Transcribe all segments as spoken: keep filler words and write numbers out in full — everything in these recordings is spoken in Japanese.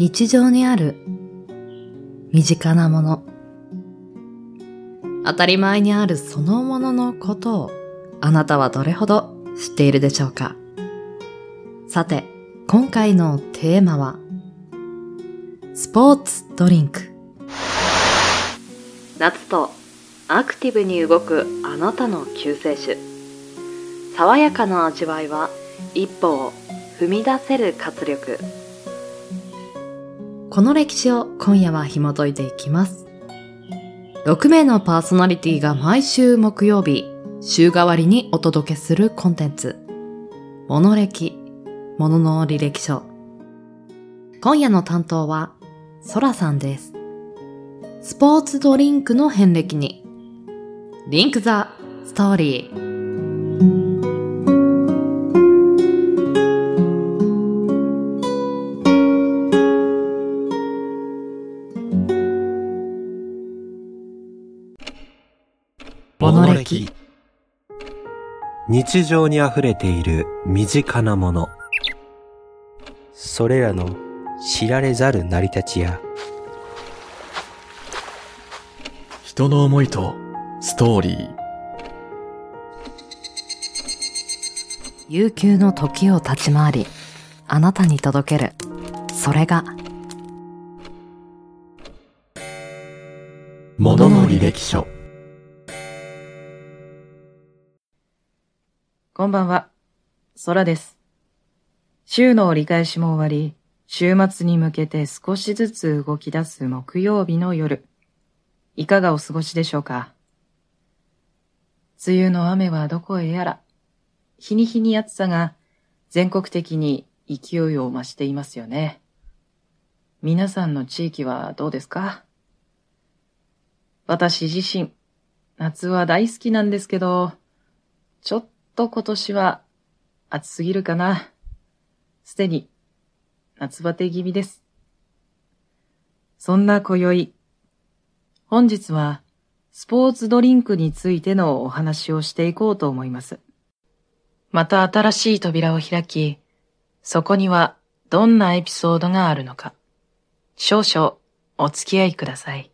日常にある身近なもの、当たり前にあるそのもののことをあなたはどれほど知っているでしょうか。さて、今回のテーマはスポーツドリンク。夏とアクティブに動くあなたの救世主。爽やかな味わいは一歩を踏み出せる活力。この歴史を今夜は紐解いていきます。ろくめいのパーソナリティが毎週木曜日、週替わりにお届けするコンテンツ。モノ歴、ものの履歴書。今夜の担当は、ソラさんです。スポーツドリンクの遍歴に、リンクザストーリー。モノ歴。 日常にあふれている身近なもの。 それらの知られざる成り立ちや人の思いとストーリー。 悠久の時を立ち回り、あなたに届ける。それがものの履歴書。 こんばんは、ソラです。週の折り返しも終わり、週末に向けて少しずつ動き出す木曜日の夜。いかがお過ごしでしょうか。梅雨の雨はどこへやら、日に日に暑さが全国的に勢いを増していますよね。皆さんの地域はどうですか？私自身、夏は大好きなんですけど、ちょっと今年は暑すぎるかな。すでに夏バテ気味です。そんな今宵、本日はスポーツドリンクについてのお話をしていこうと思います。また新しい扉を開き、そこにはどんなエピソードがあるのか、少々お付き合いください。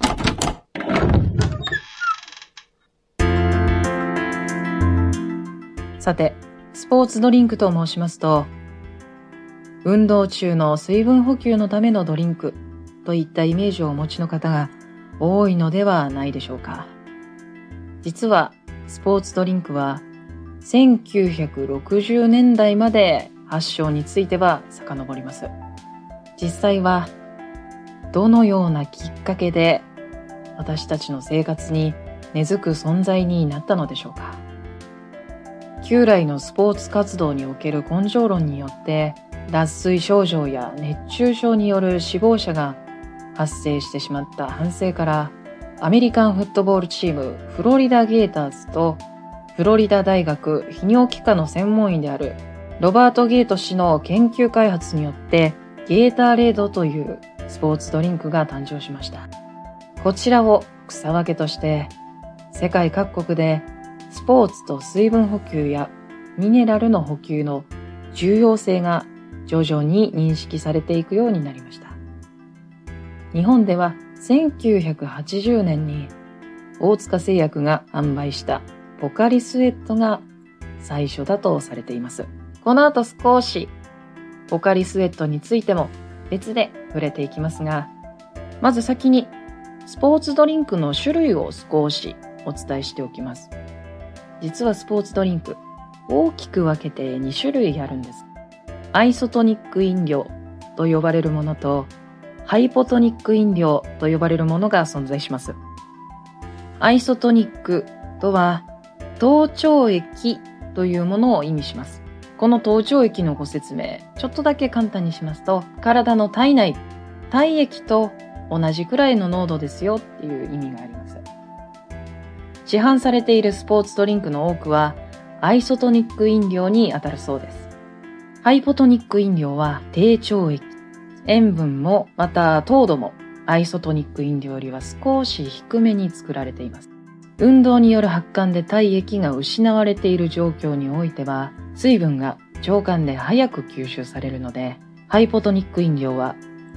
さて、スポーツドリンクと申しますと、運動中の水分補給のためのドリンクといったイメージをお持ちの方が多いのではないでしょうか。実はスポーツドリンクはせんきゅうひゃくろくじゅうねんだいまで発祥については遡ります。実際はどのようなきっかけで私たちの生活に根付く存在になったのでしょうか。旧来のスポーツ活動における根性論によって脱水症状や熱中症による死亡者が発生してしまった反省から、アメリカンフットボールチームフロリダゲーターズとフロリダ大学泌尿器科の専門医であるロバート・ゲート氏の研究開発によってゲーターレードというスポーツドリンクが誕生しました。こちらを草分けとして世界各国でスポーツと水分補給やミネラルの補給の重要性が徐々に認識されていくようになりました。日本ではせんきゅうひゃくはちじゅうねんに大塚製薬が販売したポカリスエットが最初だとされています。この後少しポカリスエットについても別で触れていきますが、まず先にスポーツドリンクの種類を少しお伝えしておきます。実はスポーツドリンク、大きく分けてに種類あるんです。アイソトニック飲料と呼ばれるものと、ハイポトニック飲料と呼ばれるものが存在します。アイソトニックとは、頭頂液というものを意味します。この頭頂液のご説明、ちょっとだけ簡単にしますと、体の体内、体液と同じくらいの濃度ですよっていう意味があります。市販されているスポーツドリンクの多くはアイソトニック飲料にあたるそうです。ハイポトニック飲料は低腸液、塩分もまた糖度もアイソトニック飲料よりは少し低めに作られています。運動による発汗で体液が失われている状況においては、水分が腸管で早く吸収されるので、ハイポトニック飲料は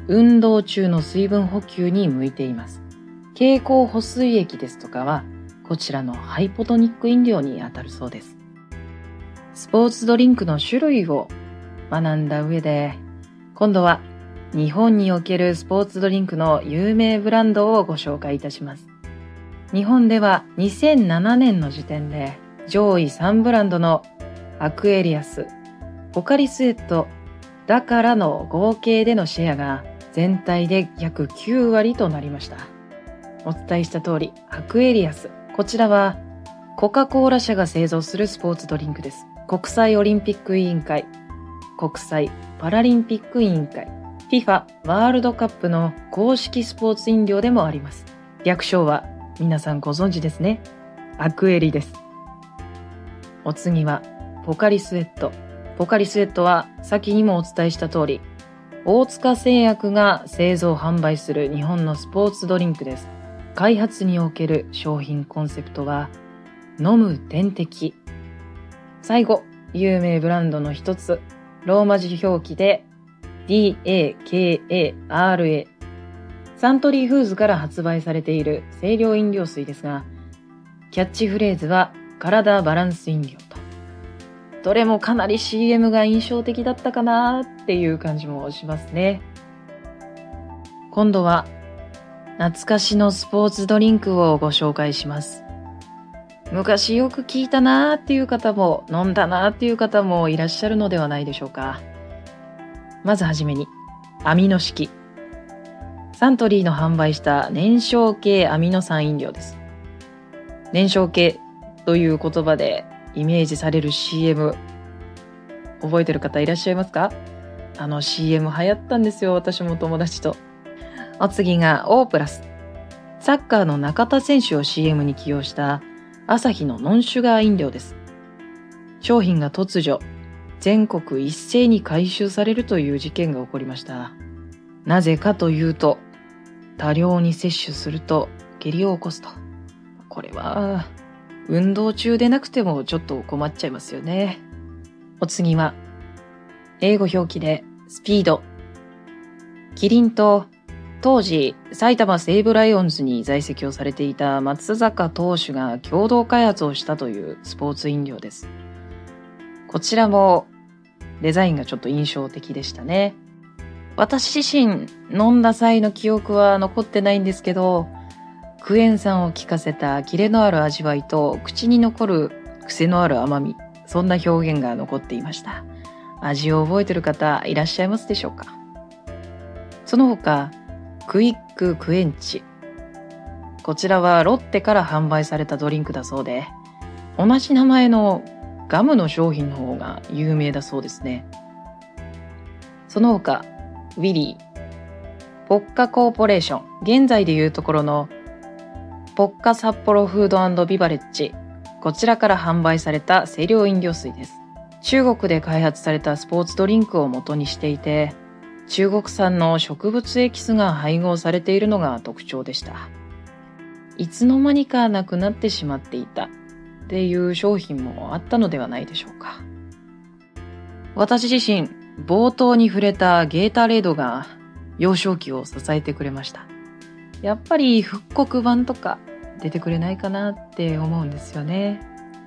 運動中の水分補給に向いています。経口補水液ですとかは、こちらのハイポトニック飲料にあたるそうです。スポーツドリンクの種類を学んだ上で、今度は日本におけるスポーツドリンクの有名ブランドをご紹介いたします。日本ではにせんななねんの時点で上位さんブランドのアクエリアス、ポカリスエット、だからの合計でのシェアが全体で約きゅうわりとなりました。お伝えした通り、アクエリアス、こちらはコカ・コーラ社が製造するスポーツドリンクです。国際オリンピック委員会、国際パラリンピック委員会、FIFA ワールドカップの公式スポーツ飲料でもあります。略称は皆さんご存知ですね。アクエリです。お次はポカリスエット。ポカリスエットは先にもお伝えした通り、大塚製薬が製造販売する日本のスポーツドリンクです。開発における商品コンセプトは、飲む点滴。最後、有名ブランドの一つ、ローマ字表記で ディー エー ケー エー アール エー。サントリーフーズから発売されている清涼飲料水ですが、キャッチフレーズは体バランス飲料と。どれもかなり シーエム が印象的だったかなっていう感じもしますね。今度は懐かしのスポーツドリンクをご紹介します。昔よく聞いたなーっていう方も飲んだなーっていう方もいらっしゃるのではないでしょうか。まずはじめにアミノ式。サントリーの販売した燃焼系アミノ酸飲料です。燃焼系という言葉でイメージされる シーエム 覚えてる方いらっしゃいますか？あの シーエム 流行ったんですよ、私も友達と。お次が O プラス。サッカーの中田選手を シーエム に起用したアサヒのノンシュガー飲料です。商品が突如全国一斉に回収されるという事件が起こりました。なぜかというと、多量に摂取すると下痢を起こすと。これは運動中でなくてもちょっと困っちゃいますよね。お次は英語表記でスピード。キリンと当時埼玉西武ライオンズに在籍をされていた松坂投手が共同開発をしたというスポーツ飲料です。こちらもデザインがちょっと印象的でしたね。私自身飲んだ際の記憶は残ってないんですけど、クエン酸を効かせたキレのある味わいと口に残る癖のある甘み、そんな表現が残っていました。味を覚えてる方いらっしゃいますでしょうか？その他、クイッククエンチ。こちらはロッテから販売されたドリンクだそうで、同じ名前のガムの商品の方が有名だそうですね。その他、ウィリー、ポッカコーポレーション、現在でいうところのポッカ札幌フード&ビバレッジ、こちらから販売された清涼飲料水です。中国で開発されたスポーツドリンクを元にしていて、中国産の植物エキスが配合されているのが特徴でした。いつの間にかなくなってしまっていたっていう商品もあったのではないでしょうか。私自身、冒頭に触れたゲータレードが幼少期を支えてくれました。やっぱり復刻版とか出てくれないかなって思うんですよね。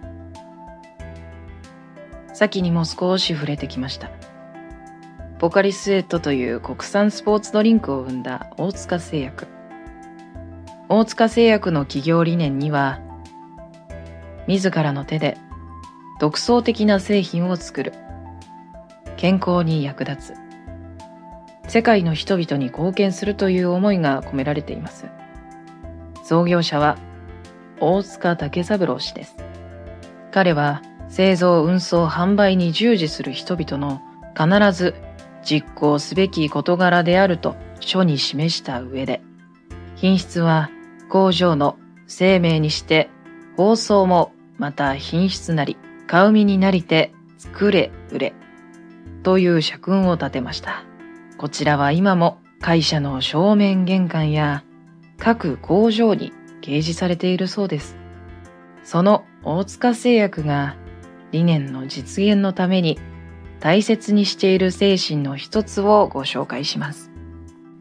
先にも少し触れてきました。ポカリスエットという国産スポーツドリンクを生んだ大塚製薬。大塚製薬の企業理念には、自らの手で独創的な製品を作る、健康に役立つ、世界の人々に貢献するという思いが込められています。創業者は大塚武三郎氏です。彼は製造、運送、販売に従事する人々の必ず実行すべき事柄であると書に示した上で、品質は工場の生命にして包装もまた品質なり買う身になりて作れ売れという社訓を立てました。こちらは今も会社の正面玄関や各工場に掲示されているそうです。その大塚製薬が理念の実現のために大切にしている精神の一つをご紹介します。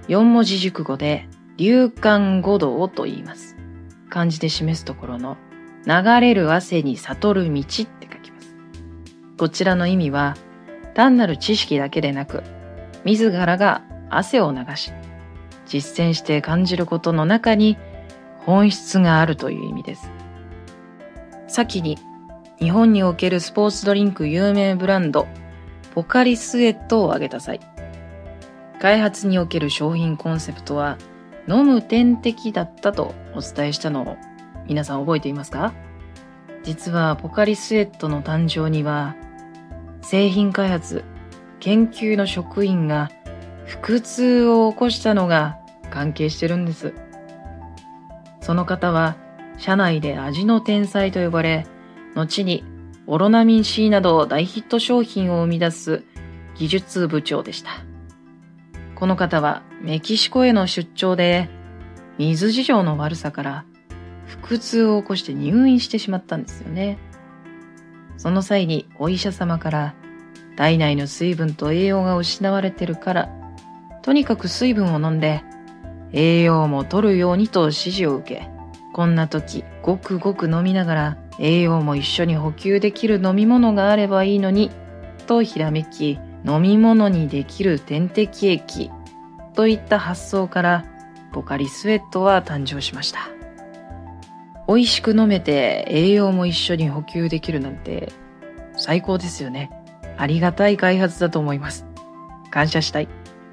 四文字熟語で流貫五道と言います。漢字で示すところの流れる汗に悟る道って書きます。こちらの意味は単なる知識だけでなく、自らが汗を流し、実践して感じることの中に本質があるという意味です。先に日本におけるスポーツドリンク有名ブランドポカリスエットを挙げた際、開発における商品コンセプトは飲む点滴だったとお伝えしたのを皆さん覚えていますか？実はポカリスエットの誕生には製品開発、研究の職員が腹痛を起こしたのが関係してるんです。その方は社内で味の天才と呼ばれ、後にオロナミン C など大ヒット商品を生み出す技術部長でした。この方はメキシコへの出張で水事情の悪さから腹痛を起こして入院してしまったんですよね。その際にお医者様から体内の水分と栄養が失われてるから、とにかく水分を飲んで栄養も取るようにと指示を受け、こんな時ごくごく飲みながら栄養も一緒に補給できる飲み物があればいいのにとひらめき、飲み物にできる点滴液といった発想からポカリスエットは誕生しました。美味しく飲めて栄養も一緒に補給できるなんて最高ですよね。ありがたい開発だと思います。感謝したい。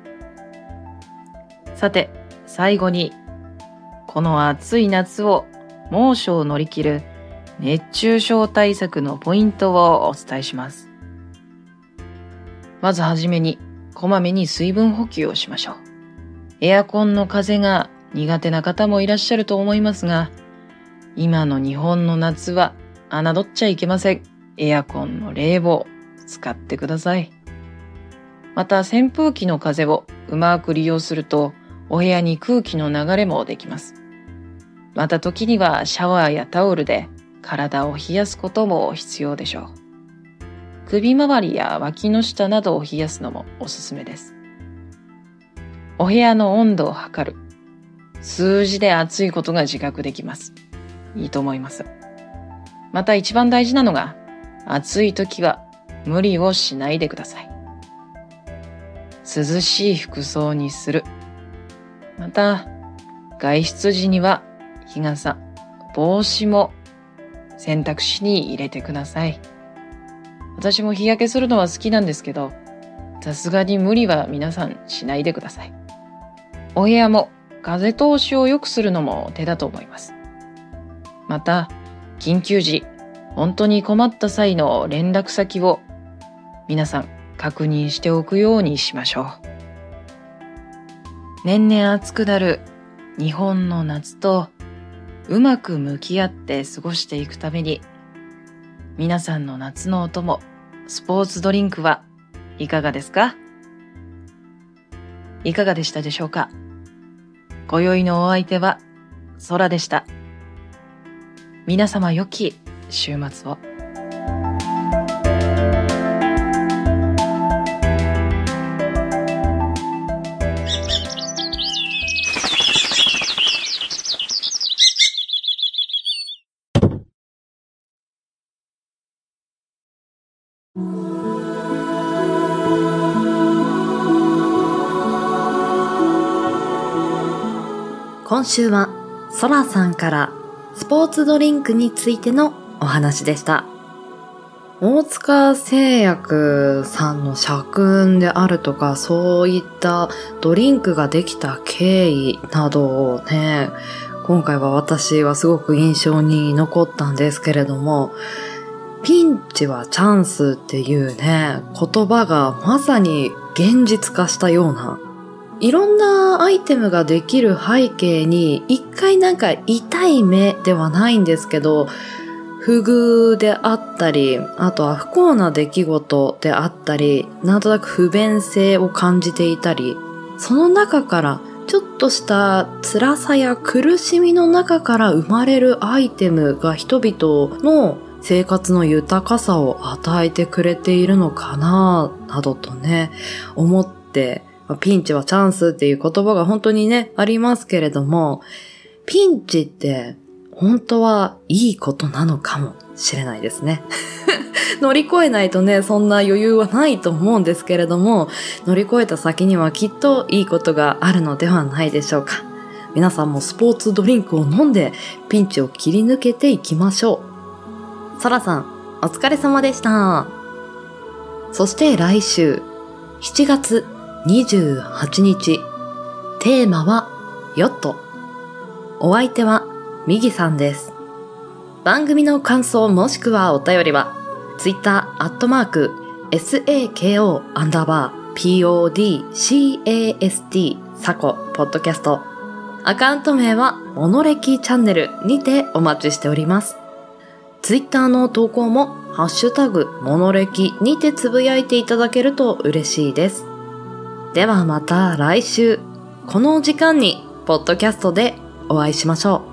さて、最後にこの暑い夏を猛暑を乗り切る熱中症対策のポイントをお伝えします。まずはじめに、こまめに水分補給をしましょう。エアコンの風が苦手な方もいらっしゃると思いますが、今の日本の夏は侮っちゃいけません。エアコンの冷房、使ってください。また扇風機の風をうまく利用すると、お部屋に空気の流れもできます。また時にはシャワーやタオルで体を冷やすことも必要でしょう。首周りや脇の下などを冷やすのもおすすめです。お部屋の温度を測る。数字で暑いことが自覚できます。いいと思います。また一番大事なのが、暑い時は無理をしないでください。涼しい服装にする。また、外出時には日傘、帽子も選択肢に入れてください。私も日焼けするのは好きなんですけど、さすがに無理は皆さんしないでください。お部屋も風通しを良くするのも手だと思います。また、緊急時、本当に困った際の連絡先を皆さん確認しておくようにしましょう。年々暑くなる日本の夏とうまく向き合って過ごしていくために、皆さんの夏のお供、スポーツドリンクはいかがですか？いかがでしたでしょうか？今宵のお相手は空でした。皆様良き週末を。 今週はソラさんからスポーツドリンクについてのお話でした。大塚製薬さんの社訓であるとか、そういったドリンクができた経緯などをね、今回は私はすごく印象に残ったんですけれども、ピンチはチャンスっていうね、言葉がまさに現実化したような、いろんなアイテムができる背景に一回なんか痛い目ではないんですけど、不遇であったり、あとは不幸な出来事であったり、なんとなく不便性を感じていたり、その中からちょっとした辛さや苦しみの中から生まれるアイテムが人々の生活の豊かさを与えてくれているのかな、などとね、思って、 ピンチはチャンスっていう言葉が本当にね、ありますけれども、ピンチって本当はいいことなのかもしれないですね。乗り越えないとね、そんな余裕はないと思うんですけれども、乗り越えた先にはきっといいことがあるのではないでしょうか。皆さんもスポーツドリンクを飲んでピンチを切り抜けていきましょう。そらさん、お疲れ様でした。そして来週、しちがつにじゅうはちにち、テーマはヨット。お相手はミギさんです。番組の感想もしくはお便りは、ツイッターアットマーク サコ アンダーバー ピーオーディーシーエーエスティー サコポッドキャスト。アカウント名はモノレキチャンネルにてお待ちしております。ツイッターの投稿もハッシュタグモノレキにてつぶやいていただけると嬉しいです。ではまた来週、この時間にポッドキャストでお会いしましょう。